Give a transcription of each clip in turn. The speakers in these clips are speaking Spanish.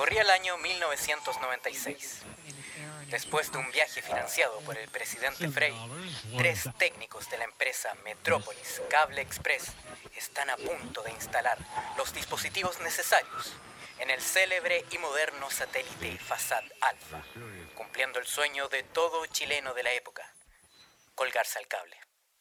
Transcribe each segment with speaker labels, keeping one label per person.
Speaker 1: Corría el año 1996. Después de un viaje financiado por el presidente Frey, 3 técnicos de la empresa Metrópolis Cable Express están a punto de instalar los dispositivos necesarios en el célebre y moderno satélite Fasad Alpha, cumpliendo el sueño de todo chileno de la época: colgarse al cable.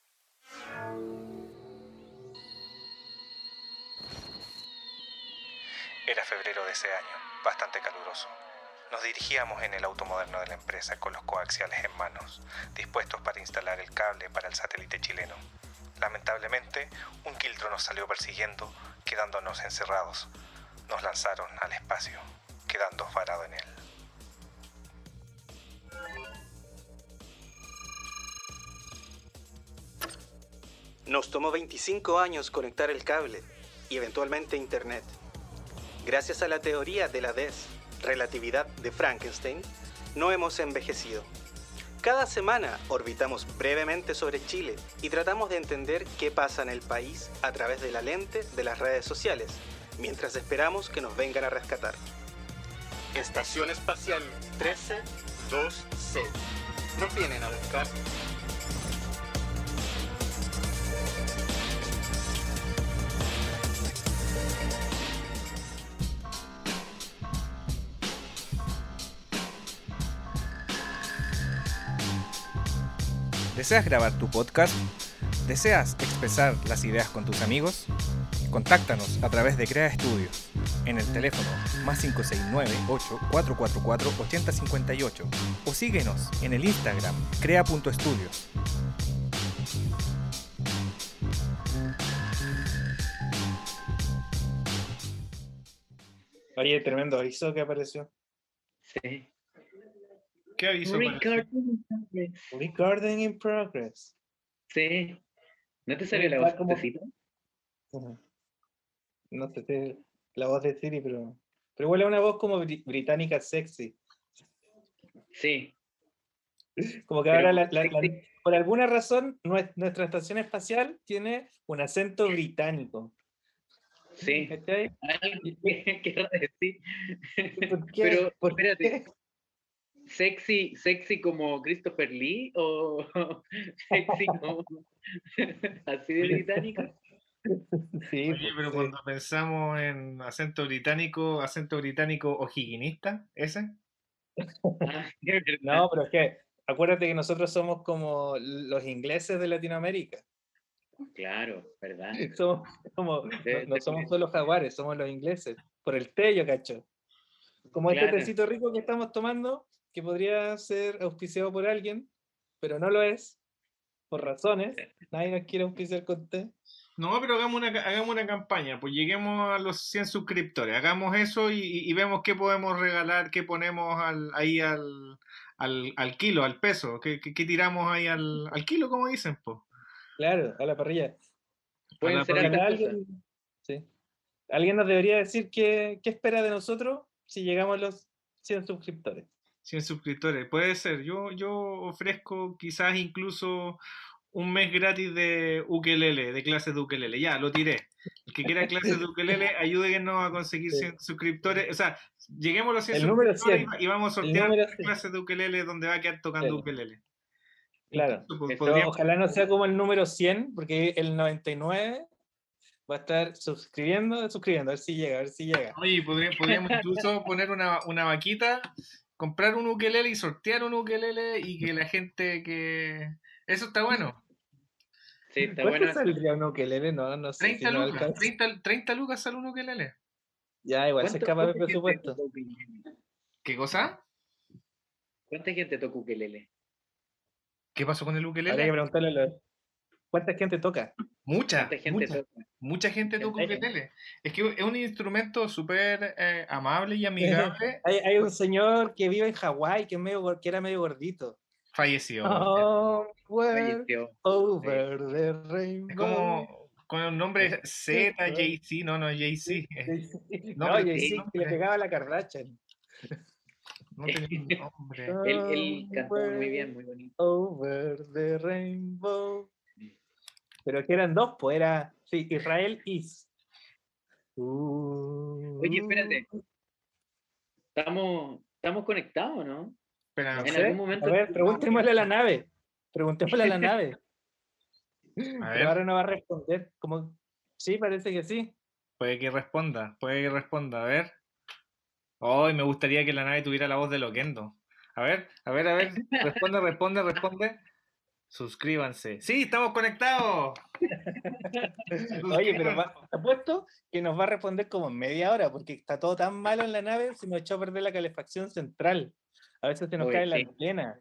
Speaker 2: Era febrero de ese año, bastante caluroso. Nos dirigíamos en el auto moderno de la empresa con los coaxiales en manos, dispuestos para instalar el cable para el satélite chileno. Lamentablemente, un quiltro nos salió persiguiendo, quedándonos encerrados. Nos lanzaron al espacio, quedando varados en él. Nos tomó 25 años conectar el cable y eventualmente internet. Gracias a la teoría de la relatividad de Frankenstein, no hemos envejecido. Cada semana orbitamos brevemente sobre Chile y tratamos de entender qué pasa en el país a través de la lente de las redes sociales, mientras esperamos que nos vengan a rescatar. Estación Espacial 13-2C. ¿Nos vienen a buscar?
Speaker 3: ¿Deseas grabar tu podcast? ¿Deseas expresar las ideas con tus amigos? Contáctanos a través de Crea Estudios en el teléfono +569-8444-8058 o síguenos en el Instagram crea.estudios.
Speaker 4: Oye, tremendo aviso que apareció.
Speaker 5: Sí.
Speaker 2: ¿Qué aviso?
Speaker 4: Recording in progress.
Speaker 5: Sí. ¿No te salió la voz de Siri?
Speaker 4: No sé, la voz de Siri, pero huele a una voz como británica sexy.
Speaker 5: Sí.
Speaker 4: Como que
Speaker 5: Pero
Speaker 4: ahora
Speaker 5: sexy.
Speaker 4: por alguna razón nuestra estación espacial tiene un acento británico.
Speaker 5: Sí.
Speaker 4: ¿Cachai?
Speaker 5: Algo que quiero decir.
Speaker 4: ¿Por qué?
Speaker 5: Pero
Speaker 4: ¿Por
Speaker 5: espérate.
Speaker 4: qué?
Speaker 5: ¿Sexy como Christopher Lee o sexy como así de británica?
Speaker 4: Sí,
Speaker 2: Oye, pero
Speaker 4: sí.
Speaker 2: cuando pensamos en acento británico o'higuinista, ¿ese?
Speaker 5: Ah, es verdad.
Speaker 4: No, pero es que acuérdate que nosotros somos como los ingleses de Latinoamérica.
Speaker 5: Claro, ¿verdad?
Speaker 4: Somos como, no somos solo jaguares, somos los ingleses. Por el té, yo cacho. Como este
Speaker 5: Claro.
Speaker 4: tecito rico que estamos tomando, que podría ser auspiciado por alguien, pero no lo es, por razones. Nadie nos quiere auspiciar con té.
Speaker 2: No, pero hagamos una campaña, pues lleguemos a los 100 suscriptores, hagamos eso y vemos qué podemos regalar, qué ponemos ahí al kilo, al peso, qué tiramos ahí al kilo, como dicen, pues.
Speaker 4: Claro, a la parrilla.
Speaker 5: Pueden ser
Speaker 4: Ojalá
Speaker 5: hartas cosas.
Speaker 4: alguien, sí. Alguien nos debería decir qué espera de nosotros si llegamos a los 100 suscriptores.
Speaker 2: 100 suscriptores, puede ser. Yo ofrezco quizás incluso un mes gratis de ukelele, de clases de ukelele. Ya, lo tiré. El que quiera clases de ukelele, ayúdenos a conseguir 100 suscriptores. O sea, lleguemos a los 100
Speaker 4: El número
Speaker 2: suscriptores
Speaker 4: 100.
Speaker 2: y vamos a
Speaker 4: El
Speaker 2: sortear
Speaker 4: número
Speaker 2: unas
Speaker 4: 100.
Speaker 2: clases de ukelele donde va a quedar tocando
Speaker 4: Claro.
Speaker 2: ukelele.
Speaker 4: Claro.
Speaker 2: Incluso, pues,
Speaker 4: Pero ojalá no sea como el número 100, porque el 99 va a estar suscribiendo, a ver si llega,
Speaker 2: Oye, podríamos incluso poner una vaquita, comprar un ukelele y sortear un ukelele y que la gente que... Eso está bueno.
Speaker 5: Sí, está
Speaker 4: ¿Cuánto
Speaker 5: bueno.
Speaker 4: saldría un ukelele? No sé
Speaker 2: 30
Speaker 4: si no
Speaker 2: lucas,
Speaker 4: alcanza.
Speaker 2: 30 lucas sale un ukelele.
Speaker 4: Ya, igual se escapa de
Speaker 5: ¿Cuánta gente
Speaker 4: presupuesto.
Speaker 5: toca ukelele?
Speaker 2: ¿Qué cosa?
Speaker 5: ¿Cuánta gente toca ukelele?
Speaker 2: ¿Qué pasó con el
Speaker 4: Habría que
Speaker 2: ukelele?
Speaker 4: preguntarle a ¿cuánta gente toca?
Speaker 5: ¿Cuánta gente toca?
Speaker 2: Mucha gente toca ukelele. Es que es un instrumento súper amable y amigable.
Speaker 4: Hay un señor que vive en Hawái que era medio gordito.
Speaker 2: Falleció.
Speaker 5: Falleció.
Speaker 4: Over the
Speaker 2: Es
Speaker 4: rainbow.
Speaker 2: como con un nombre Z, Jay-Z. No es Jay-Z.
Speaker 4: No,
Speaker 2: pero
Speaker 4: Jay-Z que le pegaba a la Kardashian.
Speaker 2: no tenía un nombre.
Speaker 5: Él cantaba muy bien, muy bonito.
Speaker 4: Over the rainbow. Pero que eran dos, pues era Israel Is.
Speaker 5: Oye, espérate. estamos conectados, ¿no?
Speaker 3: Pero
Speaker 4: No
Speaker 5: En
Speaker 4: sé.
Speaker 5: algún momento.
Speaker 4: A ver, preguntémosle a la nave. Preguntémosle a la nave.
Speaker 3: a
Speaker 4: Pero ahora
Speaker 3: ver,
Speaker 4: no va a responder. Como... Sí, parece que sí.
Speaker 3: puede que responda, a ver. Hoy me gustaría que la nave tuviera la voz de Loquendo. A ver, responde. Suscríbanse. ¡Sí, estamos conectados!
Speaker 4: Oye, pero
Speaker 3: Suscríbanse.
Speaker 4: apuesto que nos va a responder como en media hora, porque está todo tan malo en la nave, se nos echó a perder la calefacción central. A veces se nos cae
Speaker 5: Oye,
Speaker 4: la
Speaker 5: sí,
Speaker 4: plena.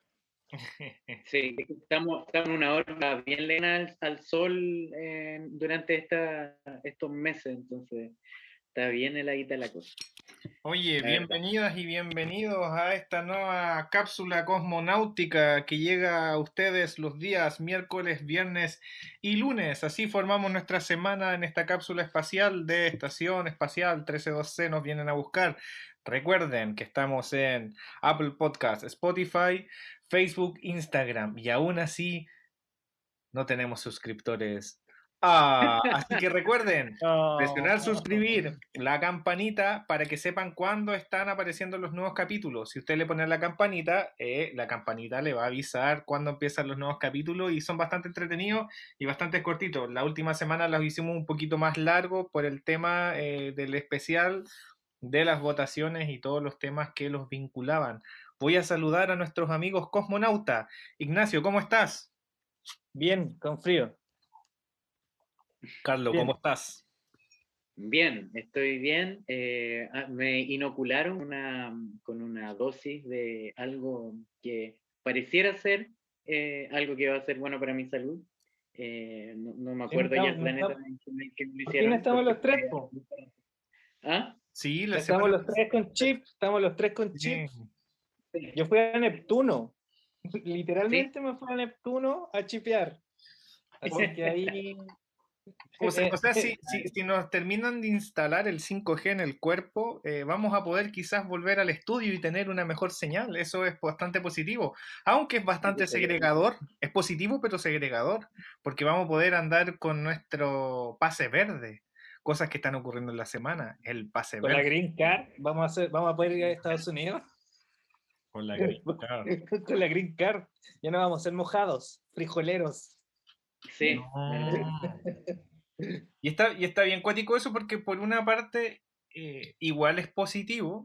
Speaker 5: sí, estamos en una hora bien lejana al sol durante estos meses, entonces está bien heladita la cosa.
Speaker 3: Oye,
Speaker 5: La verdad.
Speaker 3: bienvenidas y bienvenidos a esta nueva cápsula cosmonáutica que llega a ustedes los días miércoles, viernes y lunes. Así formamos nuestra semana en esta cápsula espacial de Estación Espacial 132C. Nos vienen a buscar. Recuerden que estamos en Apple Podcast, Spotify, Facebook, Instagram y aún así no tenemos suscriptores. Así que recuerden presionar suscribir, la campanita para que sepan cuándo están apareciendo los nuevos capítulos. Si usted le pone la campanita le va a avisar cuándo empiezan los nuevos capítulos y son bastante entretenidos y bastante cortitos. La última semana los hicimos un poquito más largos por el tema del especial de las votaciones y todos los temas que los vinculaban. Voy a saludar a nuestros amigos cosmonauta. Ignacio, ¿cómo estás?
Speaker 4: Bien, con frío.
Speaker 3: Carlos,
Speaker 4: Bien.
Speaker 3: ¿cómo estás?
Speaker 5: Bien, estoy bien. Me inocularon con una dosis de algo que pareciera ser algo que va a ser bueno para mi salud. No me acuerdo ya el planeta en que me lo
Speaker 4: ¿Por qué no
Speaker 5: hicieron.
Speaker 4: estamos los tres, po?
Speaker 5: ¿Ah?
Speaker 3: Sí, la
Speaker 4: Estamos
Speaker 3: semana
Speaker 4: los tres con chip, estamos los tres con chip.
Speaker 3: Sí.
Speaker 4: Yo fui a Neptuno. Literalmente me fui a Neptuno a chipear. Así que ahí...
Speaker 3: O sea, si nos terminan de instalar el 5G en el cuerpo, vamos a poder quizás volver al estudio y tener una mejor señal. Eso es bastante positivo. Aunque es bastante segregador. Es positivo, pero segregador. Porque vamos a poder andar con nuestro pase verde. Cosas que están ocurriendo en la semana. El pase
Speaker 4: Con la
Speaker 3: verde.
Speaker 4: Green Card vamos a poder ir a Estados Unidos.
Speaker 3: Con la Green Card.
Speaker 4: Con la Green Card. Ya no vamos a ser mojados, frijoleros.
Speaker 5: Sí,
Speaker 3: No. Y está bien cuático eso porque por una parte igual es positivo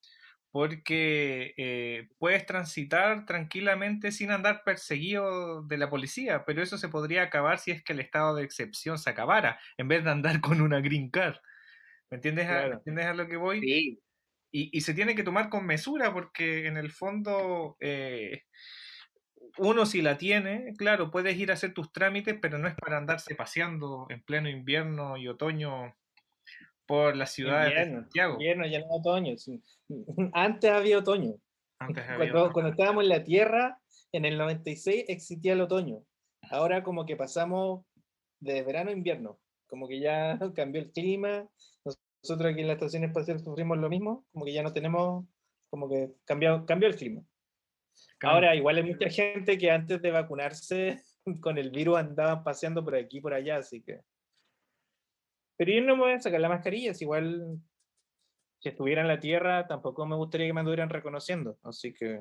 Speaker 3: porque puedes transitar tranquilamente sin andar perseguido de la policía, pero eso se podría acabar si es que el estado de excepción se acabara, en vez de andar con una green card. ¿Me entiendes,
Speaker 4: Claro.
Speaker 3: ¿me entiendes a lo que voy?
Speaker 5: sí.
Speaker 3: Y se tiene que tomar con mesura porque en el fondo uno si la tiene, claro, puedes ir a hacer tus trámites, pero no es para andarse paseando en pleno invierno y otoño por las ciudades de Santiago.
Speaker 4: Invierno, ya no otoño. Sí. Antes había otoño.
Speaker 3: Antes había
Speaker 4: Cuando estábamos en la Tierra, en el 96 existía el otoño. Ahora como que pasamos de verano a invierno. Como que ya cambió el clima. Nosotros aquí en la Estación Espacial sufrimos lo mismo. Como que ya no tenemos, como que cambió el clima. Ahora, igual hay mucha gente que antes de vacunarse con el virus andaban paseando por aquí y por allá, así que... Pero yo no me voy a sacar la mascarilla, si igual si estuviera en la Tierra tampoco me gustaría que me anduvieran reconociendo, así que...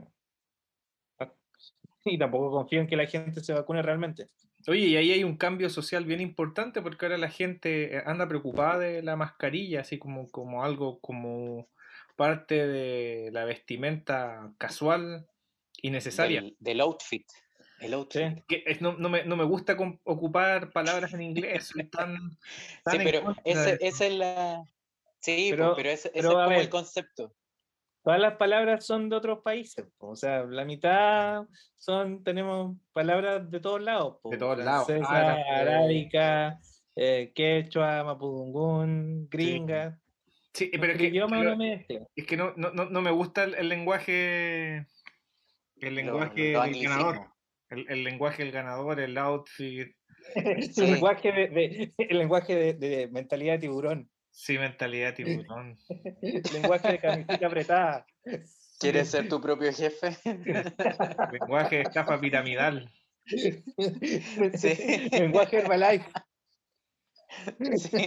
Speaker 4: Y tampoco confío en que la gente se vacune realmente.
Speaker 3: Oye, y ahí hay un cambio social bien importante porque ahora la gente anda preocupada de la mascarilla, así como algo como parte de la vestimenta casual y necesaria.
Speaker 1: Del outfit. El outfit.
Speaker 4: Sí.
Speaker 3: Que no me gusta ocupar palabras en inglés, soy tan
Speaker 1: Sí,
Speaker 3: en
Speaker 1: pero
Speaker 3: contra
Speaker 1: esa
Speaker 3: de-
Speaker 1: es la... Sí,
Speaker 4: Pero-
Speaker 1: pero ese es
Speaker 4: pero, a
Speaker 1: como
Speaker 4: ver.
Speaker 1: el concepto.
Speaker 4: Todas las palabras son de otros países, po. O sea, la mitad tenemos palabras de todos lados, po.
Speaker 3: De todos lados.
Speaker 4: Francesa,
Speaker 3: Árabe.
Speaker 4: arábica, quechua, mapudungún, gringa.
Speaker 3: Sí, pero
Speaker 4: Nuestro idioma no mezcla.
Speaker 3: es que no me gusta el lenguaje
Speaker 1: Lo
Speaker 3: del
Speaker 1: anglicismo.
Speaker 3: ganador. El lenguaje del ganador, el outfit.
Speaker 1: Sí.
Speaker 4: El lenguaje de mentalidad de tiburón.
Speaker 3: Sí, mentalidad tiburón.
Speaker 4: Lenguaje de camiseta apretada.
Speaker 1: ¿Quieres ser tu propio jefe?
Speaker 3: Lenguaje de estafa piramidal.
Speaker 1: Sí.
Speaker 4: Lenguaje Herbalife.
Speaker 6: Sí.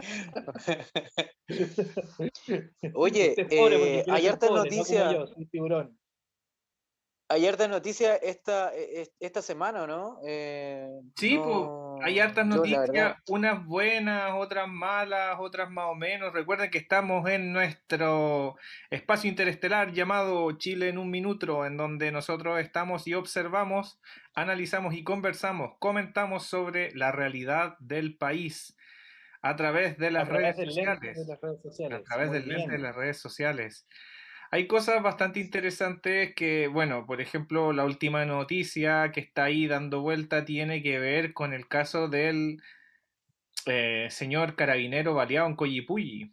Speaker 6: Oye,
Speaker 4: Usted es pobre porque quiere
Speaker 6: hay
Speaker 4: ser
Speaker 6: hartas
Speaker 4: pobre, no como
Speaker 6: noticias.
Speaker 4: yo, soy tiburón.
Speaker 6: Hay hartas noticias esta semana, ¿no?
Speaker 3: Sí, pues hay hartas
Speaker 6: Yo la
Speaker 3: noticias,
Speaker 6: verdad,
Speaker 3: unas buenas, otras malas, otras más o menos. Recuerden que estamos en nuestro espacio interestelar llamado Chile en un minuto, en donde nosotros estamos y observamos, analizamos y conversamos, comentamos sobre la realidad del país a través de
Speaker 4: A
Speaker 3: las
Speaker 4: través
Speaker 3: redes
Speaker 4: del lente de
Speaker 3: sociales.
Speaker 4: las redes
Speaker 3: A
Speaker 4: sociales.
Speaker 3: través
Speaker 4: Muy
Speaker 3: del lente de
Speaker 4: bien.
Speaker 3: las redes sociales. Hay cosas bastante interesantes que, bueno, por ejemplo, la última noticia que está ahí dando vuelta tiene que ver con el caso del señor carabinero baleado en Coyipulli.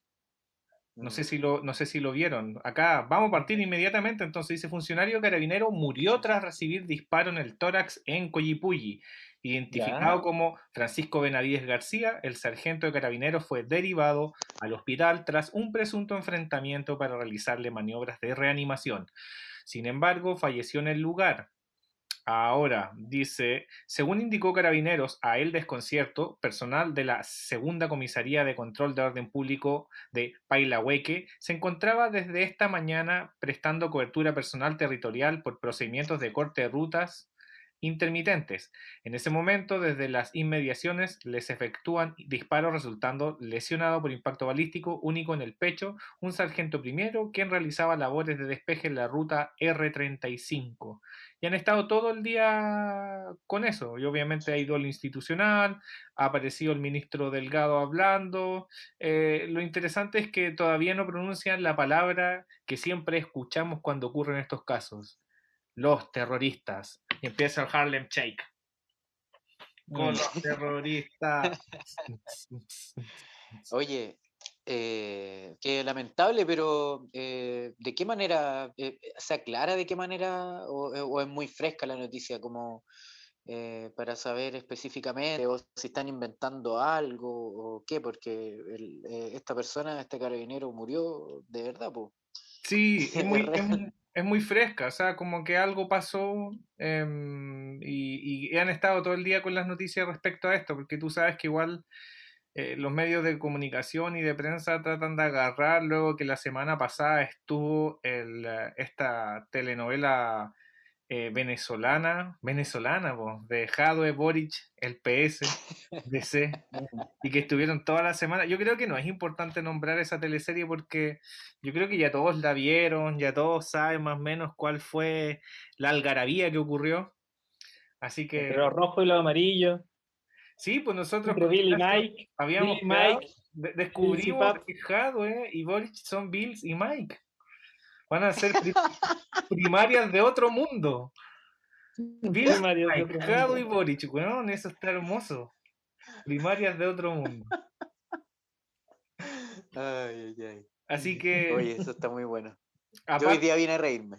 Speaker 3: No sé si lo vieron. Acá vamos a partir inmediatamente. Entonces dice, funcionario carabinero murió tras recibir disparo en el tórax en Coyipulli.
Speaker 4: Ya.
Speaker 3: Identificado como Francisco Benavides García, el sargento de carabineros fue derivado al hospital tras un presunto enfrentamiento para realizarle maniobras de reanimación. Sin embargo, falleció en el lugar. Ahora, dice, según indicó Carabineros a El Desconcierto, personal de la Segunda Comisaría de Control de Orden Público de Pailahueque se encontraba desde esta mañana prestando cobertura personal territorial por procedimientos de corte de rutas intermitentes. En ese momento, desde las inmediaciones, les efectúan disparos resultando lesionado por impacto balístico único en el pecho un sargento primero quien realizaba labores de despeje en la ruta R35 y han estado todo el día con eso. Y obviamente ha ido al institucional, ha aparecido el ministro Delgado hablando. Lo interesante es que todavía no pronuncian la palabra que siempre escuchamos cuando ocurren estos casos. Los terroristas. Y empieza el Harlem Shake. Con los terroristas.
Speaker 6: oye, qué lamentable, pero ¿de qué manera se aclara de qué manera o es muy fresca la noticia como para saber específicamente o si están inventando algo o qué? Porque esta persona, este carabinero murió de verdad, pues.
Speaker 3: Sí,
Speaker 6: Es real.
Speaker 3: es muy fresca, o sea, como que algo pasó y han estado todo el día con las noticias respecto a esto, porque tú sabes que igual los medios de comunicación y de prensa tratan de agarrar luego que la semana pasada estuvo esta telenovela venezolana, po, de Jadwe Boric, el PS, DC, y que estuvieron toda la semana. Yo creo que no es importante nombrar esa teleserie porque yo creo que ya todos la vieron, ya todos saben más o menos cuál fue la algarabía que ocurrió. Así
Speaker 4: Entre
Speaker 3: que
Speaker 4: lo rojo y lo amarillo.
Speaker 3: sí, pues nosotros
Speaker 4: Entre
Speaker 3: con
Speaker 4: Bill y
Speaker 3: Ignacio
Speaker 4: Mike. Bill
Speaker 3: habíamos
Speaker 4: y
Speaker 3: quedado,
Speaker 4: Mike. Bills y
Speaker 3: descubrimos
Speaker 4: Pap.
Speaker 3: que Jadwe y Boric son Bills y Mike. Van a ser primarias de otro mundo. Bills y
Speaker 4: Primarios de
Speaker 3: Mike,
Speaker 4: otro
Speaker 3: Jadwe y
Speaker 4: mundo.
Speaker 3: Boric, weón, eso está hermoso. Primarias de otro mundo.
Speaker 6: Ay, ay, ay.
Speaker 3: Así que,
Speaker 6: Oye, eso está muy bueno. Yo hoy
Speaker 3: aparte,
Speaker 6: día vine a reírme.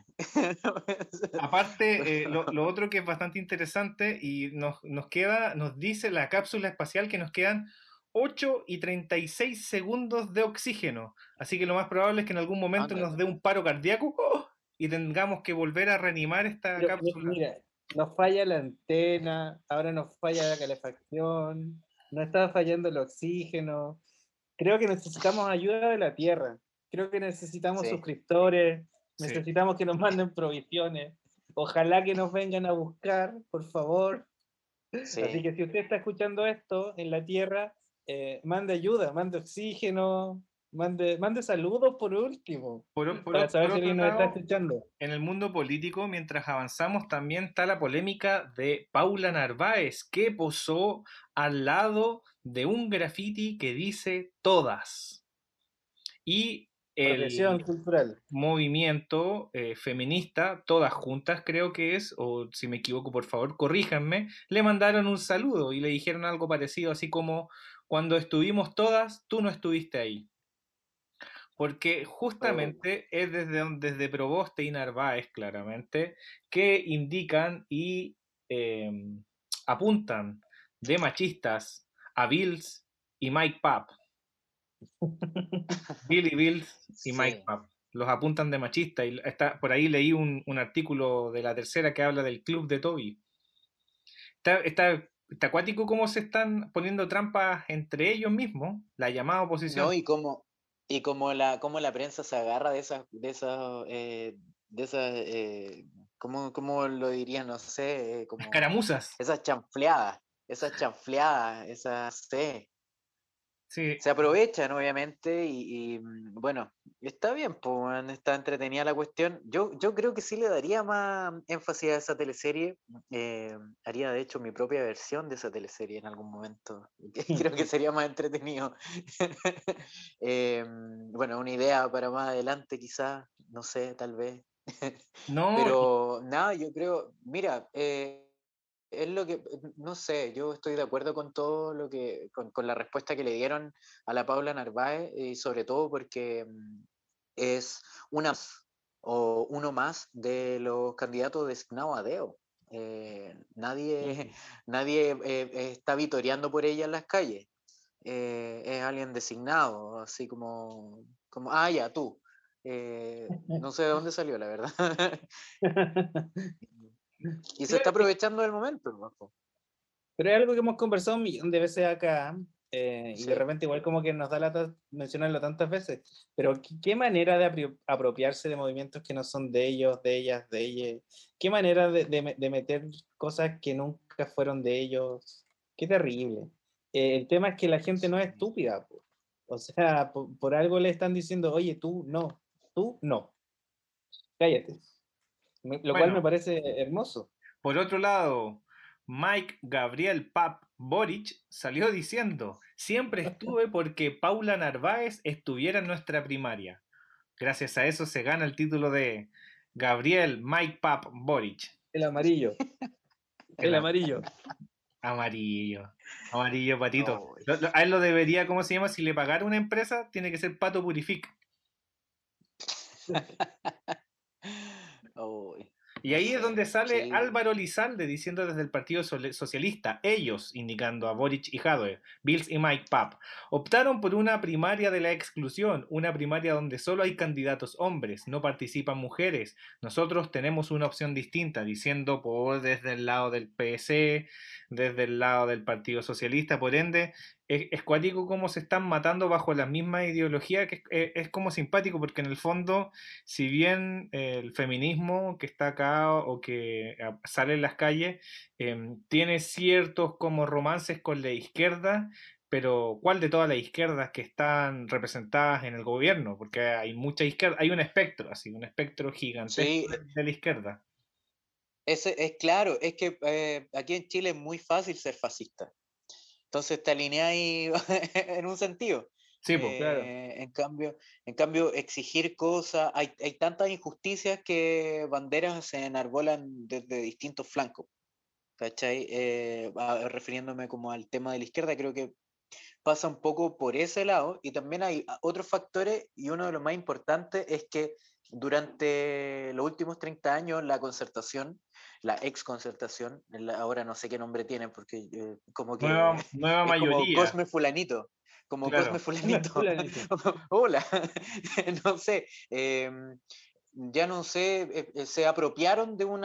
Speaker 3: lo otro que es bastante interesante y nos dice la cápsula espacial que nos quedan 8 y 36 segundos de oxígeno. Así que lo más probable es que en algún momento nos
Speaker 6: Ándate.
Speaker 3: dé un paro cardíaco y tengamos que volver a reanimar esta
Speaker 4: Pero,
Speaker 3: cápsula.
Speaker 4: mira, nos falla la antena, ahora nos falla la calefacción, nos está fallando el oxígeno. Creo que necesitamos ayuda de la Tierra. Creo que necesitamos
Speaker 6: Sí,
Speaker 4: suscriptores,
Speaker 3: Sí.
Speaker 4: necesitamos que nos manden provisiones. Ojalá que nos vengan a buscar, por favor.
Speaker 6: sí.
Speaker 4: Así que si usted está escuchando esto en la Tierra, mande ayuda, mande oxígeno, mande saludos por último, para saber
Speaker 3: Por
Speaker 4: si
Speaker 3: otro
Speaker 4: alguien nos está
Speaker 3: lado,
Speaker 4: escuchando.
Speaker 3: en el mundo político, mientras avanzamos, también está la polémica de Paula Narváez, que posó al lado de un graffiti que dice todas. Y
Speaker 4: Apropiación
Speaker 3: el
Speaker 4: cultural.
Speaker 3: movimiento feminista, todas juntas creo que es, o si me equivoco, por favor, corríjanme, le mandaron un saludo y le dijeron algo parecido, así como, cuando estuvimos todas, tú no estuviste ahí. Porque
Speaker 6: Oh,
Speaker 3: justamente es desde Proboste y Narváez, claramente, que indican y apuntan de machistas a Bills y Mike Papp. Billy Bills y Mike
Speaker 6: sí.
Speaker 3: Papp. Los apuntan de machistas. Y por ahí leí un artículo de La Tercera que habla del club de Toby. Está está acuático cómo se están poniendo trampas entre ellos mismos, la llamada oposición.
Speaker 6: No, cómo la prensa se agarra de esas, ¿cómo lo diría? No sé,
Speaker 3: Las
Speaker 6: como
Speaker 3: caramuzas.
Speaker 6: esas chanfleadas, sí,
Speaker 3: Sí,
Speaker 6: se aprovechan obviamente bueno, está bien, pues está entretenida la cuestión. Yo creo que sí le daría más énfasis a esa teleserie. Haría de hecho mi propia versión de esa teleserie en algún momento. Creo que sería más entretenido. Bueno, una idea para más adelante quizás, no sé, tal vez.
Speaker 3: no,
Speaker 6: Pero nada, yo creo, mira, es lo que, no sé, yo estoy de acuerdo con todo con la respuesta que le dieron a la Paula Narváez, y sobre todo porque es una o uno más de los candidatos designados a Deo. Nadie, nadie está vitoreando por ella en las calles. Es alguien designado, así como, ya, tú. No sé de dónde salió, la verdad. Y se está
Speaker 4: Claro,
Speaker 6: aprovechando del momento, ¿no?
Speaker 4: pero es algo que hemos conversado un millón de veces acá, y de
Speaker 6: Sí.
Speaker 4: repente igual como que nos da lata mencionarlo tantas veces, pero ¿qué manera de apropiarse de movimientos que no son de ellos, de ellas, de ellas? ¿Qué manera de meter cosas que nunca fueron de ellos? Qué terrible. El tema es que la gente no es estúpida, po. O sea, por algo le están diciendo, oye, tú no, cállate. Lo cual me
Speaker 3: bueno,
Speaker 4: parece hermoso.
Speaker 3: por otro lado, Mike Gabriel Pap Boric salió diciendo, siempre estuve porque Paula Narváez estuviera en nuestra primaria. Gracias a eso se gana el título de Gabriel Mike Pap Boric.
Speaker 4: El amarillo,
Speaker 3: El
Speaker 4: el amarillo.
Speaker 3: amarillo. Amarillo, patito.
Speaker 6: Oh,
Speaker 3: A él lo debería, ¿cómo se llama? Si le pagara una empresa, tiene que ser Pato Purific.
Speaker 6: oh,
Speaker 3: Y
Speaker 6: no
Speaker 3: ahí es
Speaker 6: sé.
Speaker 3: donde sale
Speaker 6: Sí,
Speaker 3: Álvaro Lizalde diciendo desde el Partido Socialista, ellos, indicando a Boric y Jadwe, Bills y Mike Pap, optaron por una primaria de la exclusión, una primaria donde solo hay candidatos hombres, no participan mujeres. Nosotros tenemos una opción distinta, diciendo por desde el lado del PS, desde el lado del Partido Socialista, por ende, es cuático cómo se están matando bajo la misma ideología, que es como simpático, porque en el fondo si bien el feminismo que está acá o que sale en las calles tiene ciertos como romances con la izquierda, pero ¿cuál de todas las izquierdas que están representadas en el gobierno? Porque hay mucha izquierda, hay un espectro, así, un espectro gigantesco
Speaker 6: sí,
Speaker 3: de la izquierda.
Speaker 6: ese es claro, es que aquí en Chile es muy fácil ser fascista. Entonces te alineas ahí en un sentido.
Speaker 3: Sí, pues.
Speaker 4: Claro.
Speaker 6: En cambio, exigir cosas, hay tantas injusticias que banderas se enarbolan desde distintos flancos. ¿Cachai? Refiriéndome como al tema de la izquierda, creo que pasa un poco por ese lado, y también hay otros factores, y uno de los más importantes es que durante los últimos 30 años la concertación, la ex concertación, ahora no sé qué nombre tiene porque como que
Speaker 3: Nueva
Speaker 6: es como
Speaker 3: mayoría,
Speaker 6: Cosme Fulanito, como Cosme
Speaker 3: claro.
Speaker 6: Fulanito,
Speaker 4: Fulanito.
Speaker 6: hola, no sé, ya no sé, se apropiaron de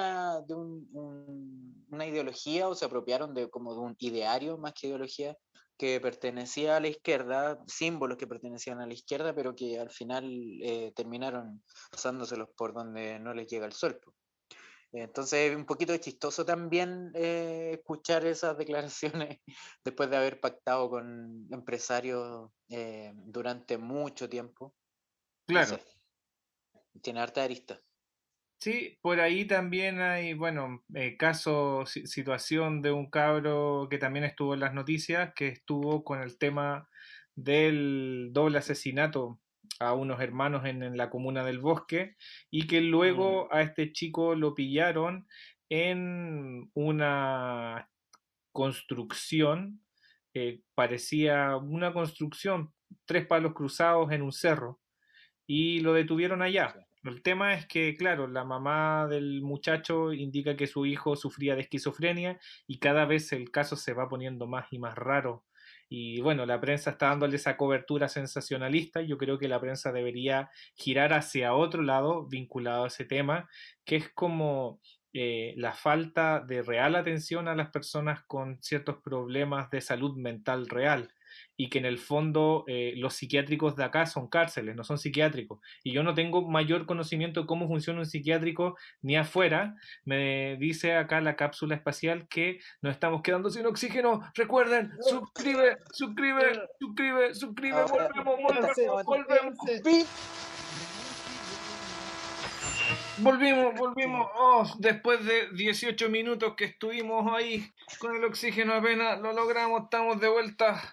Speaker 6: una ideología, o se apropiaron de como de un ideario más que ideología, que pertenecía a la izquierda, símbolos que pertenecían a la izquierda, pero que al final terminaron pasándoselos por donde no les llega el sol, po. Entonces es un poquito chistoso también escuchar esas declaraciones después de haber pactado con empresarios durante mucho tiempo. No
Speaker 3: Claro.
Speaker 6: sé, tiene harta arista.
Speaker 3: Sí, por ahí también hay, bueno, caso, situación de un cabro que también estuvo en las noticias, que estuvo con el tema del doble asesinato a unos hermanos en la comuna del Bosque y que
Speaker 4: Mm.
Speaker 3: luego a este chico lo pillaron en una construcción, parecía una construcción, tres palos cruzados en un cerro y lo detuvieron allá.
Speaker 6: Sí.
Speaker 3: El tema es que, claro, la mamá del muchacho indica que su hijo sufría de esquizofrenia y cada vez el caso se va poniendo más y más raro. Y bueno, la prensa está dándole esa cobertura sensacionalista. Yo creo que la prensa debería girar hacia otro lado vinculado a ese tema, que es como la falta de real atención a las personas con ciertos problemas de salud mental real y que en el fondo los psiquiátricos de acá son cárceles, no son psiquiátricos. Y yo no tengo mayor conocimiento de cómo funciona un psiquiátrico ni afuera. Me dice acá la cápsula espacial que nos estamos quedando sin oxígeno. Recuerden, suscribe, suscribe, suscribe, suscribe,
Speaker 6: Ahora,
Speaker 3: volvemos,
Speaker 6: estamos
Speaker 3: volvemos, volvemos.
Speaker 6: ¡Pip!
Speaker 3: Volvimos. Oh, después de 18 minutos que estuvimos ahí con el oxígeno apenas lo logramos, estamos de vuelta.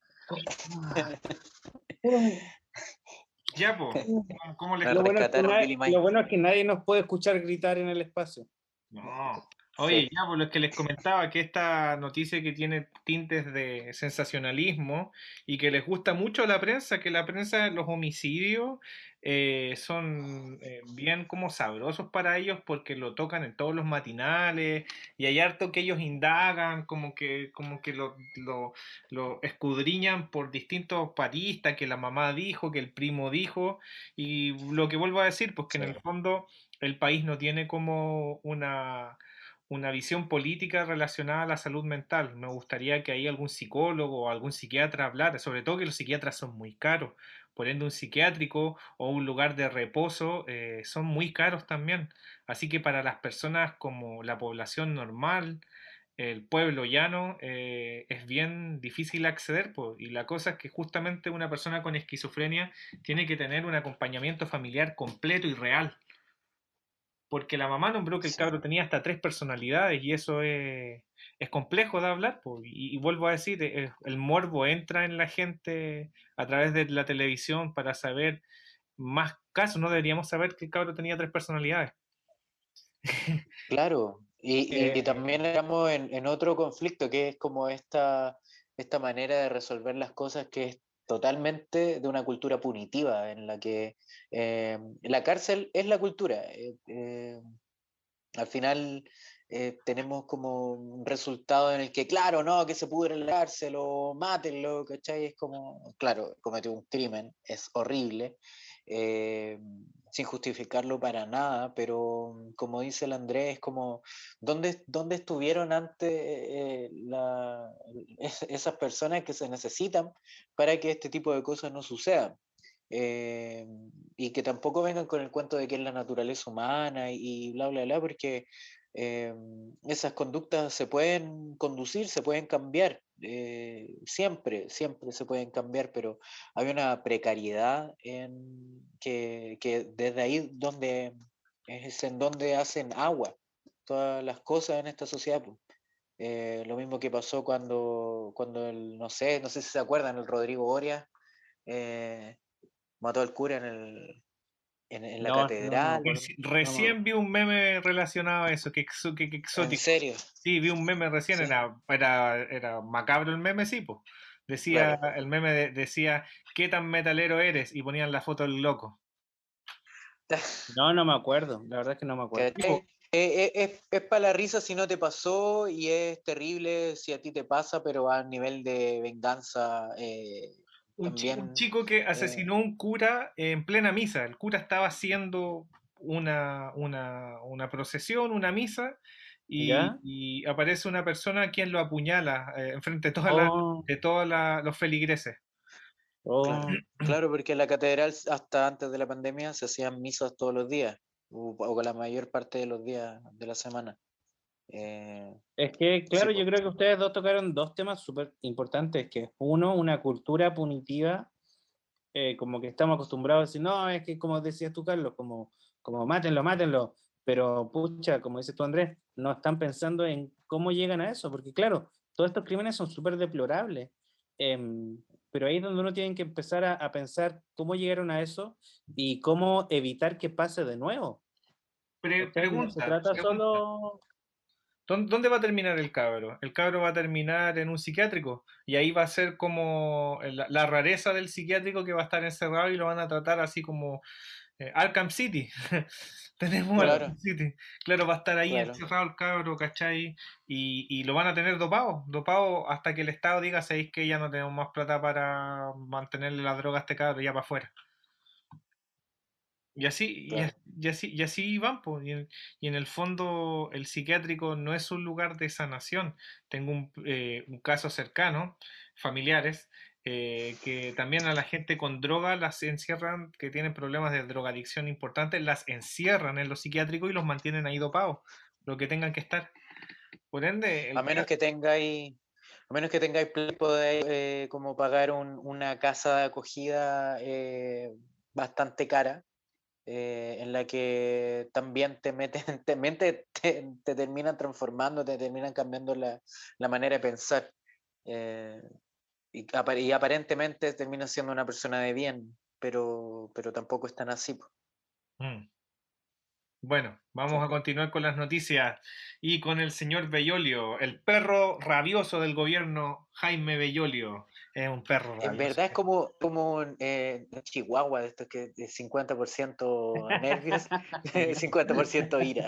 Speaker 3: Ya, pues, ¿cómo les
Speaker 6: Me
Speaker 4: Lo bueno,
Speaker 6: rescataron Billy Mike.
Speaker 4: lo bueno es que nadie nos puede escuchar gritar en el espacio.
Speaker 3: No. Oye,
Speaker 6: Sí.
Speaker 3: ya, por lo que les comentaba, que esta noticia que tiene tintes de sensacionalismo y que les gusta mucho a la prensa, que la prensa, los homicidios son bien como sabrosos para ellos porque lo tocan en todos los matinales y hay harto que ellos indagan, como que lo escudriñan por distintos paristas, que la mamá dijo, que el primo dijo, y lo que vuelvo a decir, pues que en el
Speaker 6: Sí.
Speaker 3: fondo el país no tiene como una visión política relacionada a la salud mental. Me gustaría que ahí algún psicólogo o algún psiquiatra hablara, sobre todo que los psiquiatras son muy caros. Por ende, un psiquiátrico o un lugar de reposo son muy caros también. Así que para las personas como la población normal, el pueblo llano, es bien difícil acceder, po. Y la cosa es que justamente una persona con esquizofrenia tiene que tener un acompañamiento familiar completo y real. Porque la mamá nombró que el
Speaker 6: Sí.
Speaker 3: cabro tenía hasta 3 personalidades y eso es complejo de hablar, po. Y vuelvo a decir, el morbo entra en la gente a través de la televisión para saber más casos. No deberíamos saber que el cabro tenía 3 personalidades.
Speaker 6: Claro, y
Speaker 3: Eh,
Speaker 6: también estamos en otro conflicto que es como esta manera de resolver las cosas que es totalmente de una cultura punitiva, en la que la cárcel es la cultura. Al final tenemos como un resultado en el que, claro, no, que se pudre en la cárcel o mátenlo, ¿cachai? Es como, claro, cometió un crimen, es horrible, eh, sin justificarlo para nada, pero como dice el Andrés, es como, ¿dónde estuvieron antes esas personas que se necesitan para que este tipo de cosas no sucedan? Eh, y que tampoco vengan con el cuento de que es la naturaleza humana y bla, bla, bla, porque eh, esas conductas se pueden conducir, se pueden cambiar, siempre se pueden cambiar, pero hay una precariedad que desde ahí donde es en donde hacen agua todas las cosas en esta sociedad, pues. Lo mismo que pasó cuando no sé si se acuerdan, el Rodrigo Oria eh, mató al cura en la
Speaker 4: No me
Speaker 6: catedral.
Speaker 4: acuerdo.
Speaker 3: Recién vi un meme relacionado a eso, que
Speaker 6: En
Speaker 3: exótico.
Speaker 6: serio,
Speaker 3: Sí, vi un meme recién,
Speaker 6: sí,
Speaker 3: era macabro el meme, sí, pues. Decía,
Speaker 6: claro.
Speaker 3: el meme decía, ¿qué tan metalero eres? Y ponían la foto del loco.
Speaker 4: No me acuerdo. La verdad es que no me acuerdo.
Speaker 6: ¿Cachai? Es para la risa si no te pasó y es terrible si a ti te pasa, pero a nivel de venganza
Speaker 3: Un
Speaker 6: también.
Speaker 3: chico que
Speaker 6: eh,
Speaker 3: asesinó a un cura en plena misa. El cura estaba haciendo una procesión, una misa,
Speaker 4: ¿Ya?
Speaker 3: y aparece una persona quien lo apuñala enfrente de
Speaker 4: Oh,
Speaker 3: de todos los feligreses.
Speaker 6: claro,
Speaker 4: oh.
Speaker 6: claro, porque en la catedral hasta antes de la pandemia se hacían misas todos los días, o la mayor parte de los días de la semana. Eh,
Speaker 4: Es que,
Speaker 6: sí,
Speaker 4: claro, yo
Speaker 6: pues,
Speaker 4: creo que ustedes dos tocaron dos temas súper importantes, que es uno, una cultura punitiva, como que estamos acostumbrados a decir, no, es que como decías tú, Carlos, como mátenlo, pero pucha, como dices tú, Andrés, no están pensando en cómo llegan a eso, porque claro, todos estos crímenes son súper deplorables, em, pero ahí es donde uno tiene que empezar a pensar cómo llegaron a eso y cómo evitar que pase de nuevo. ¿Cachai? No se
Speaker 3: Pregunta,
Speaker 4: trata
Speaker 3: pregunta.
Speaker 4: solo...
Speaker 3: ¿Dónde va a terminar el cabro? El cabro va a terminar en un psiquiátrico y ahí va a ser como la rareza del psiquiátrico que va a estar encerrado y lo van a tratar así como Arkham City. Tenemos
Speaker 6: claro,
Speaker 3: Arkham City. Claro, va a estar ahí
Speaker 6: claro.
Speaker 3: encerrado el cabro, ¿cachai? Y lo van a tener dopado hasta que el Estado diga, sabéis que ya no tenemos más plata para mantenerle la droga a este cabro ya para afuera. Y así,
Speaker 6: Claro.
Speaker 3: y así van, po. Y en el fondo el psiquiátrico no es un lugar de sanación. Tengo un caso cercano, familiares, que también a la gente con droga las encierran, que tienen problemas de drogadicción importantes, las encierran en los psiquiátricos y los mantienen ahí dopados, lo que tengan que estar. Por ende,
Speaker 6: A menos que tengáis, a menos que tengáis plata, podáis como pagar una casa de acogida bastante cara, en la que también te meten, te terminan transformando, te terminan cambiando la manera de pensar. eh, y aparentemente terminas siendo una persona de bien, pero tampoco es tan así, po.
Speaker 3: Mm. Bueno,
Speaker 6: Sí.
Speaker 3: vamos a continuar con las noticias y con el señor Bellolio, el perro rabioso del gobierno, Jaime Bellolio. Es un perro
Speaker 6: En
Speaker 3: rabioso.
Speaker 6: verdad es como un chihuahua de estos que es 50% nervios, 50% ira.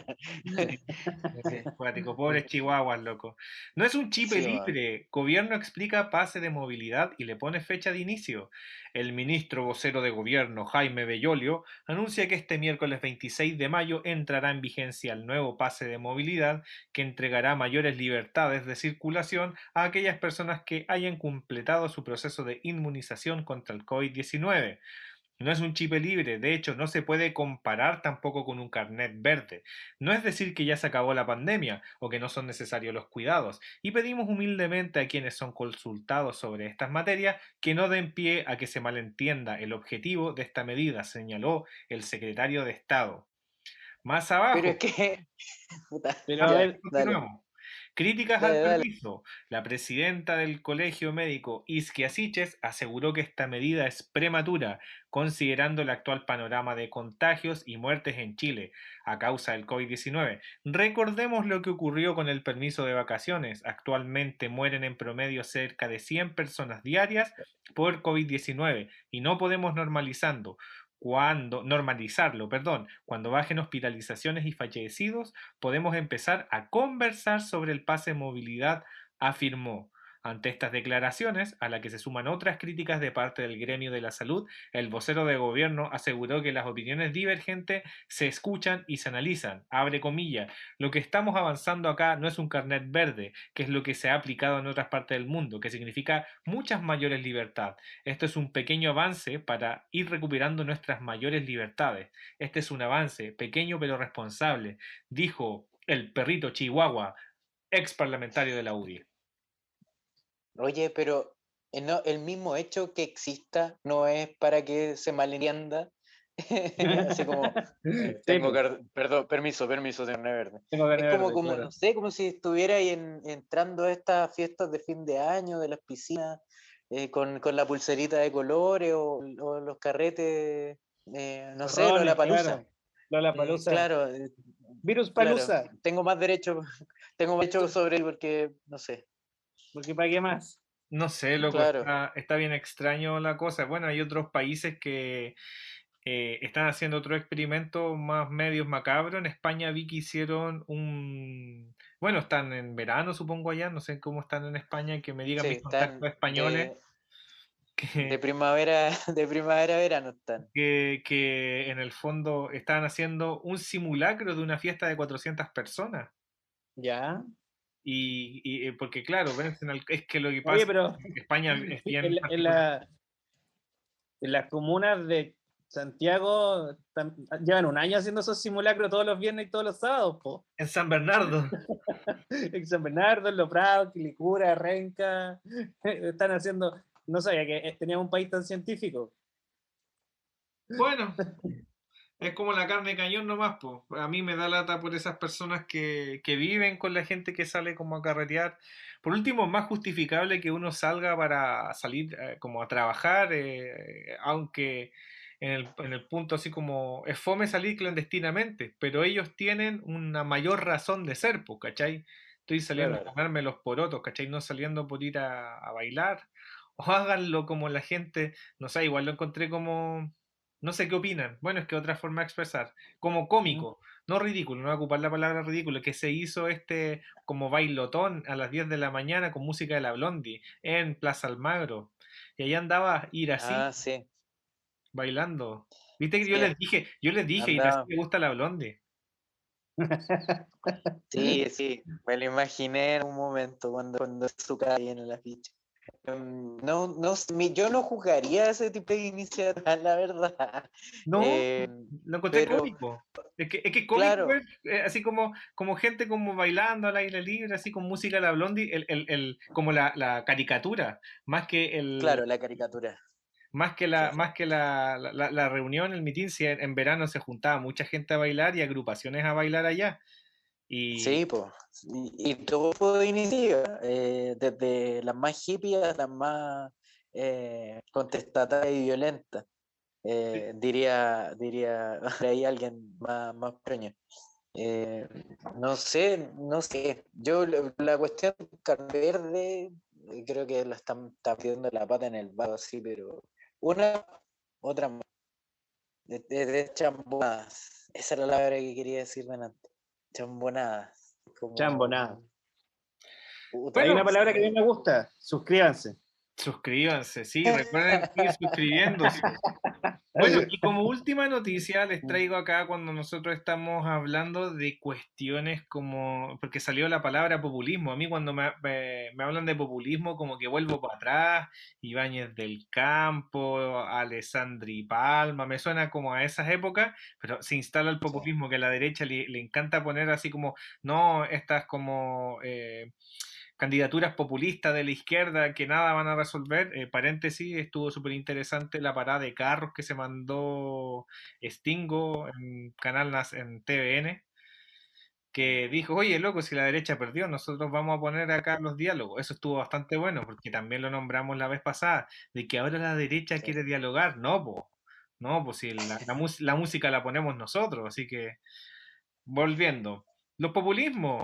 Speaker 3: Sí, cuático, pobres chihuahuas, loco. No es un chip
Speaker 6: Sí, man.
Speaker 3: libre. Gobierno explica pase de movilidad y le pone fecha de inicio. El ministro vocero de gobierno, Jaime Bellolio, anuncia que este miércoles 26 de mayo entrará en vigencia el nuevo pase de movilidad que entregará mayores libertades de circulación a aquellas personas que hayan completado su proceso de inmunización contra el COVID-19. No es un chip libre, de hecho no se puede comparar tampoco con un carnet verde. No es decir que ya se acabó la pandemia o que no son necesarios los cuidados, y pedimos humildemente a quienes son consultados sobre estas materias que no den pie a que se malentienda el objetivo de esta medida, señaló el secretario de Estado. Más
Speaker 6: Pero es
Speaker 3: abajo,
Speaker 6: que, puta,
Speaker 4: Pero a
Speaker 6: ya,
Speaker 4: ver,
Speaker 6: dale,
Speaker 3: continuamos. Críticas al
Speaker 6: dale, dale.
Speaker 3: permiso. La presidenta del Colegio Médico, Isquia Siches, aseguró que esta medida es prematura, considerando el actual panorama de contagios y muertes en Chile a causa del COVID-19. Recordemos lo que ocurrió con el permiso de vacaciones. Actualmente mueren en promedio cerca de 100 personas diarias por COVID-19 y no podemos normalizarlo, perdón, cuando bajen hospitalizaciones y fallecidos, podemos empezar a conversar sobre el pase de movilidad, afirmó. Ante estas declaraciones, a las que se suman otras críticas de parte del gremio de la salud, el vocero de gobierno aseguró que las opiniones divergentes se escuchan y se analizan. Abre comillas, lo que estamos avanzando acá no es un carnet verde, que es lo que se ha aplicado en otras partes del mundo, que significa muchas mayores libertades. Esto es un pequeño avance para ir recuperando nuestras mayores libertades. Este es un avance pequeño pero responsable, dijo el perrito Chihuahua, ex parlamentario de la UDI.
Speaker 6: Oye, pero el mismo hecho que exista no es para que se malentienda. Así como,
Speaker 4: sí, pues,
Speaker 6: perdón, permiso, señor Neverde.
Speaker 4: tengo
Speaker 6: Es
Speaker 4: carne
Speaker 6: como,
Speaker 4: verde,
Speaker 6: no
Speaker 4: claro.
Speaker 6: sé, como si estuviera ahí entrando a estas fiestas de fin de año, de las piscinas, con la pulserita de colores o los carretes, no
Speaker 4: Los
Speaker 6: sé, lo de la
Speaker 4: rones,
Speaker 6: palusa.
Speaker 4: claro. Lollapalooza.
Speaker 6: Claro,
Speaker 4: Virus
Speaker 6: claro,
Speaker 4: Palusa.
Speaker 6: tengo más derecho, tengo más derecho sobre él porque, no sé,
Speaker 4: Porque ¿para qué más?
Speaker 3: No sé, loco,
Speaker 6: claro.
Speaker 3: está bien extraño la cosa. Bueno, hay otros países que están haciendo otro experimento más medios macabro. En España vi que hicieron un... Bueno, están en verano, supongo allá, no sé cómo están en España, que me digan
Speaker 6: Sí,
Speaker 3: mis contactos
Speaker 6: están
Speaker 3: españoles
Speaker 6: de
Speaker 3: que,
Speaker 6: primavera, de primavera a verano están.
Speaker 3: que en el fondo estaban haciendo un simulacro de una fiesta de 400 personas.
Speaker 4: Ya.
Speaker 3: Porque claro, es que lo que
Speaker 4: Oye,
Speaker 3: pasa
Speaker 4: pero
Speaker 3: es que España es bien
Speaker 4: en, en
Speaker 3: particular.
Speaker 4: la, en las comunas de Santiago llevan un año haciendo esos simulacros todos los viernes y todos los sábados, po.
Speaker 3: En San Bernardo.
Speaker 4: En San Bernardo, en Los Prados, Quilicura, Renca, están haciendo, no sabía que teníamos un país tan científico.
Speaker 3: Bueno, es como la carne de cañón nomás, pues. A mí me da lata por esas personas que viven con la gente que sale como a carretear. Por último, es más justificable que uno salga para salir como a trabajar, aunque en el punto así como es fome salir clandestinamente, pero ellos tienen una mayor razón de ser, pues, ¿cachai? Estoy saliendo a
Speaker 4: Claro.
Speaker 3: comerme los porotos, ¿cachai? No saliendo por ir a bailar. O háganlo como la gente, no sé, igual lo encontré como no sé qué opinan. Bueno, es que otra forma de expresar. Como cómico, no ridículo, no voy a ocupar la palabra ridículo, que se hizo este como bailotón a las 10 de la mañana con música de la Blondie en Plaza Almagro. Y ahí andaba ir así,
Speaker 6: Ah, sí.
Speaker 3: bailando. Viste que
Speaker 6: Sí,
Speaker 3: yo les dije, y
Speaker 6: andaba.
Speaker 3: me gusta la Blondie.
Speaker 6: Sí, me lo imaginé en un momento cuando su cara ahí en el afiche. No, yo no jugaría ese tipo de iniciativa, la verdad.
Speaker 3: No,
Speaker 6: Eh,
Speaker 3: lo encontré
Speaker 6: pero,
Speaker 3: cómico. Es que es cómico
Speaker 6: claro,
Speaker 3: ver, así como gente como bailando al aire libre, así con música de la Blondie, como la caricatura, más que
Speaker 6: claro, la caricatura. Sí, sí.
Speaker 3: la reunión, el mitin, si en verano se juntaba mucha gente a bailar y agrupaciones a bailar allá. Y
Speaker 6: Sí, pues. Y todo fue de iniciativa, desde las más hippies a las más contestatarias y violentas. Diría ahí alguien más pequeño. Eh, no sé. Yo la cuestión carne verde, creo que la está pidiendo la pata en el vaso así, pero una, otra más. De chambonadas. Esa era la palabra que quería decir delante. Chambonadas.
Speaker 4: Chambonada.
Speaker 6: Puta,
Speaker 4: Hay
Speaker 3: bueno,
Speaker 4: una palabra que a mí me gusta, suscríbanse.
Speaker 3: suscríbanse, sí, recuerden ir suscribiéndose. Bueno, y como última noticia les traigo acá cuando nosotros estamos hablando de cuestiones como, porque salió la palabra populismo, a mí cuando me hablan de populismo como que vuelvo para atrás, Ibáñez del Campo, Alessandri Palma, me suena como a esas épocas, pero se instala el
Speaker 6: Sí.
Speaker 3: populismo que a la derecha le encanta poner así como, no, estas como candidaturas populistas de la izquierda que nada van a resolver. Paréntesis, estuvo súper interesante la parada de carros que se mandó Stingo en en TVN, que dijo, oye, loco, si la derecha perdió, nosotros vamos a poner acá los diálogos. Eso estuvo bastante bueno, porque también lo nombramos la vez pasada, de que ahora la derecha
Speaker 6: Sí.
Speaker 3: quiere dialogar. No, pues. No, pues si la música la ponemos nosotros, así que volviendo. Los populismos,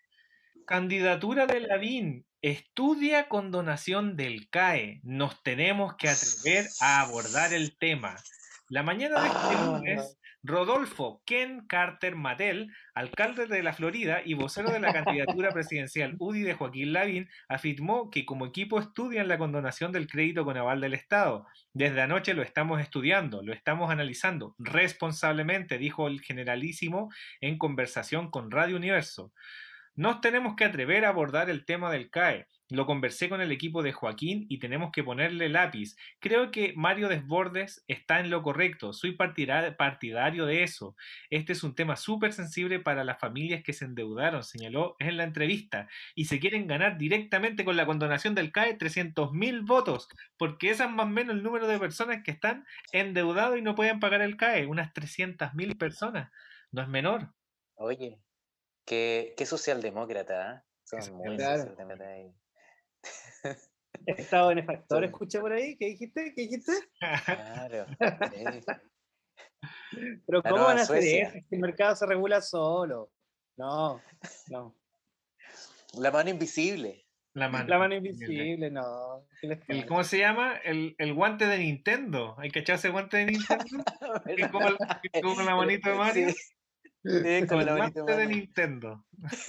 Speaker 3: candidatura de Lavín. Estudia condonación del CAE. Nos tenemos que atrever a abordar el tema. La mañana de este
Speaker 6: Ah,
Speaker 3: lunes, Rodolfo Ken Carter Mattel, alcalde de la Florida y vocero de la candidatura presidencial UDI de Joaquín Lavín, afirmó que como equipo estudian la condonación del crédito con aval del Estado. Desde anoche lo estamos estudiando, lo estamos analizando responsablemente, dijo el generalísimo en conversación con Radio Universo. Nos tenemos que atrever a abordar el tema del CAE. Lo conversé con el equipo de Joaquín y tenemos que ponerle lápiz. Creo que Mario Desbordes está en lo correcto. Soy partidario de eso. Este es un tema súper sensible para las familias que se endeudaron, señaló en la entrevista. Y se quieren ganar directamente con la condonación del CAE 300.000 votos, porque ese es más o menos el número de personas que están endeudados y no pueden pagar el CAE. Unas 300.000 personas. No es menor.
Speaker 6: oye, qué socialdemócrata, ¿eh?
Speaker 3: Qué
Speaker 6: Son muy
Speaker 4: Claro.
Speaker 6: socialdemócratas ahí.
Speaker 4: Estado benefactor,
Speaker 6: Son-
Speaker 4: escuché por ahí. ¿Qué dijiste? ¿Qué dijiste?
Speaker 6: claro, sí.
Speaker 4: Pero
Speaker 6: La
Speaker 4: ¿cómo
Speaker 6: nueva
Speaker 4: van a hacer eso?
Speaker 6: Suecia.
Speaker 4: Si el mercado se regula solo. No, no.
Speaker 6: La mano invisible.
Speaker 3: La mano.
Speaker 4: La mano invisible, no. ¿Qué les pasa?
Speaker 3: ¿Cómo se llama? El guante de Nintendo. ¿Hay cachado ese guante de Nintendo? Que es como la manito de
Speaker 6: Sí,
Speaker 3: Mario.
Speaker 6: sí, como
Speaker 3: El
Speaker 6: la bonita
Speaker 3: guante de
Speaker 6: mano.
Speaker 3: Nintendo.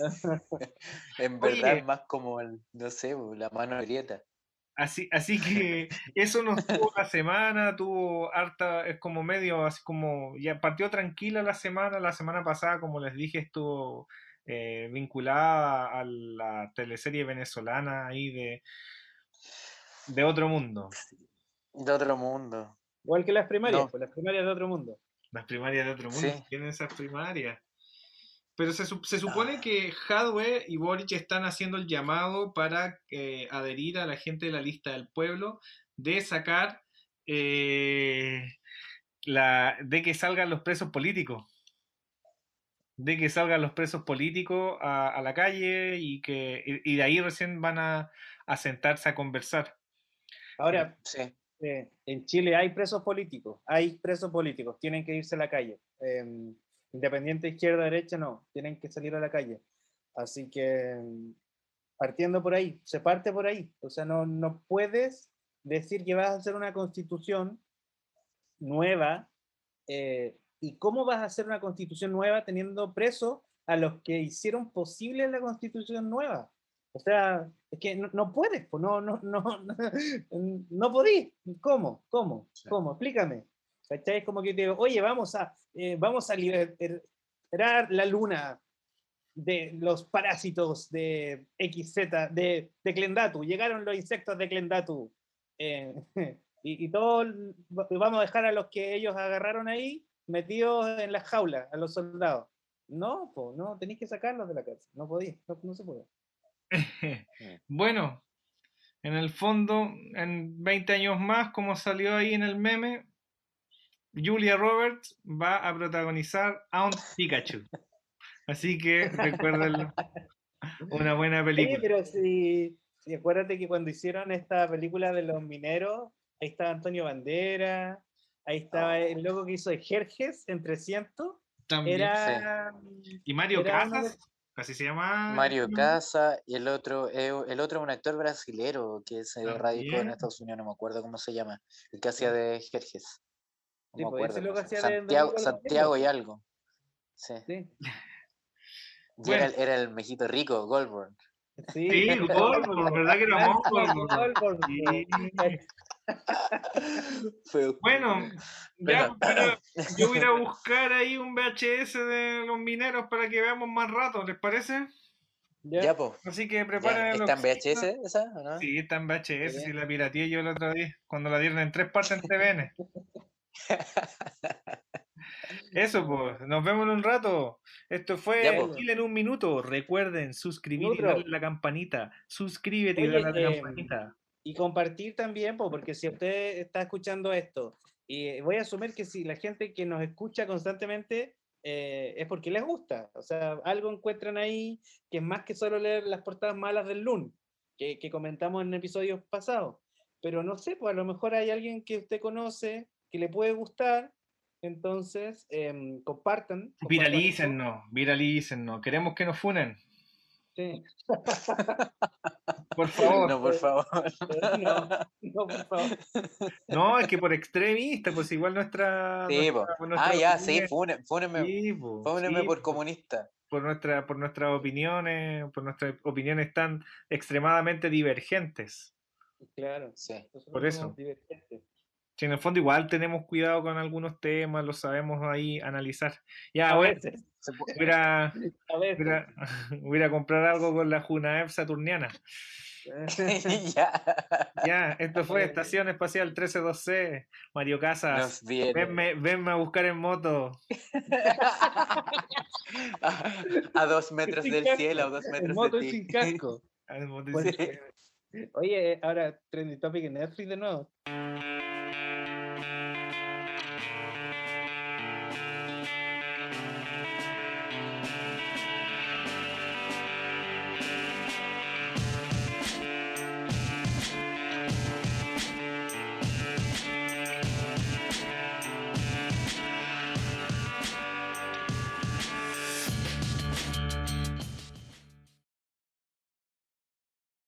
Speaker 6: En verdad es
Speaker 3: Oye,
Speaker 6: más como no sé, la mano grieta.
Speaker 3: así que eso nos tuvo la semana, tuvo harta, es como medio, así como, ya partió tranquila la semana pasada, como les dije, estuvo vinculada a la teleserie venezolana ahí de Otro Mundo.
Speaker 6: De otro mundo.
Speaker 4: Igual que
Speaker 6: No,
Speaker 4: las primarias de otro mundo.
Speaker 3: Las primarias de Otro
Speaker 6: sí.
Speaker 3: Mundo, tienen esas primarias. Pero se supone que Jadwe y Boric están haciendo el llamado para adherir a la gente de la lista del pueblo de sacar eh, de que salgan los presos políticos, de que salgan los presos políticos a la calle y de ahí recién van a sentarse a conversar.
Speaker 4: Ahora,
Speaker 6: Sí.
Speaker 4: en Chile hay presos políticos, tienen que irse a la calle. Independiente izquierda, derecha, no, tienen que salir a la calle. Así que partiendo por ahí, se parte por ahí. O sea, no puedes decir que vas a hacer una constitución nueva. ¿Y cómo vas a hacer una constitución nueva teniendo presos a los que hicieron posible la constitución nueva? O sea, es que no puedes, pues no podís. ¿Cómo?
Speaker 6: Sí.
Speaker 4: Explícame. ¿Cachai? Es como que te digo, oye, vamos a liberar la luna de los parásitos de XZ, de Clendatu. Llegaron los insectos de Clendatu. Eh, y todos vamos a dejar a los que ellos agarraron ahí metidos en las jaulas, a los soldados. No, pues no, tenéis que sacarlos de la cárcel. No podéis, no se puede.
Speaker 3: Bueno, en el fondo, en 20 años más, como salió ahí en el meme, Julia Roberts va a protagonizar a un Pikachu. Así que recuérdenlo. Una buena
Speaker 4: Oye,
Speaker 3: película.
Speaker 4: pero si acuérdate que cuando hicieron esta película de los mineros, ahí estaba Antonio Banderas, ahí estaba el loco que hizo de Jerjes en 300.
Speaker 3: También.
Speaker 4: Era.
Speaker 3: Y Mario
Speaker 4: era uno
Speaker 3: Casas, casi se llama.
Speaker 6: Mario Casa y el otro es un actor brasilero que se radicó en
Speaker 3: También.
Speaker 6: Estados Unidos, no me acuerdo cómo se llama, el que hacía de Jerjes. No
Speaker 4: Sí,
Speaker 6: me
Speaker 4: pues, ese
Speaker 6: acuerdo.
Speaker 4: loco hacía de
Speaker 6: Santiago,
Speaker 4: Domingo
Speaker 6: Santiago y
Speaker 4: Lorenzo.
Speaker 6: algo. Sí.
Speaker 4: Sí,
Speaker 6: Y
Speaker 3: Bueno.
Speaker 6: era el mejito rico, Goldborn.
Speaker 4: sí.
Speaker 3: Sí, Goldberg, ¿verdad que era
Speaker 4: Máximo
Speaker 3: Goldberg?
Speaker 4: Goldberg,
Speaker 3: Sí.
Speaker 6: Fue-
Speaker 3: Bueno, ya,
Speaker 6: Bueno.
Speaker 3: yo voy a ir a buscar ahí un VHS de los mineros para que veamos más rato, ¿les parece?
Speaker 6: Ya, pues.
Speaker 3: Así que preparen el
Speaker 6: ¿Está en
Speaker 3: oxígeno.
Speaker 6: VHS esa o no?
Speaker 3: Sí, está en VHS,
Speaker 6: Bien.
Speaker 3: sí, la pirateé yo el otro día, cuando la dieron en 3 partes en TVN. Eso, pues, nos vemos en un rato. Esto fue
Speaker 6: Ya, pues.
Speaker 3: Chile en un minuto. Recuerden suscribir y
Speaker 4: Otro.
Speaker 3: darle a la campanita. Suscríbete y
Speaker 4: Oye,
Speaker 3: dale a la campanita.
Speaker 4: y compartir también, porque si usted está escuchando esto, y voy a asumir que si la gente que nos escucha constantemente es porque les gusta, o sea, algo encuentran ahí que es más que solo leer las portadas malas del LUN, que comentamos en episodios pasados, pero no sé, pues a lo mejor hay alguien que usted conoce que le puede gustar, entonces compartan.
Speaker 3: Viralícennos. Queremos que nos funen.
Speaker 4: Sí.
Speaker 3: Por favor.
Speaker 6: No, por favor.
Speaker 4: No, por favor.
Speaker 3: No, es que por extremista, pues igual nuestra.
Speaker 6: Sí,
Speaker 3: nuestra
Speaker 6: ya,
Speaker 3: opinión-
Speaker 6: sí, fúnenme.
Speaker 3: Sí,
Speaker 6: Fúnenme
Speaker 3: sí,
Speaker 6: por comunista.
Speaker 3: por nuestras opiniones tan extremadamente divergentes.
Speaker 4: Claro.
Speaker 6: Sí.
Speaker 4: Nosotros
Speaker 3: Por eso.
Speaker 4: somos divergentes.
Speaker 3: Si en el fondo igual tenemos cuidado con algunos temas, los sabemos ahí analizar. Ya,
Speaker 4: A
Speaker 3: bueno,
Speaker 4: veces.
Speaker 3: voy a
Speaker 4: A veces.
Speaker 3: voy a ir a comprar algo con la Junaev saturniana.
Speaker 6: Ya.
Speaker 3: Ya, esto fue Estación Espacial 132C. Mario Casas,
Speaker 6: Nos viene.
Speaker 3: venme a buscar en moto.
Speaker 6: A 2 metros
Speaker 4: Sin
Speaker 6: del
Speaker 4: casco.
Speaker 6: cielo, a 2
Speaker 4: En
Speaker 6: metros
Speaker 4: moto
Speaker 6: de
Speaker 4: y
Speaker 6: ti.
Speaker 4: sin casco.
Speaker 3: Al moto y
Speaker 4: Bueno,
Speaker 3: sin-
Speaker 4: oye, ahora Trending Topic en Netflix de nuevo.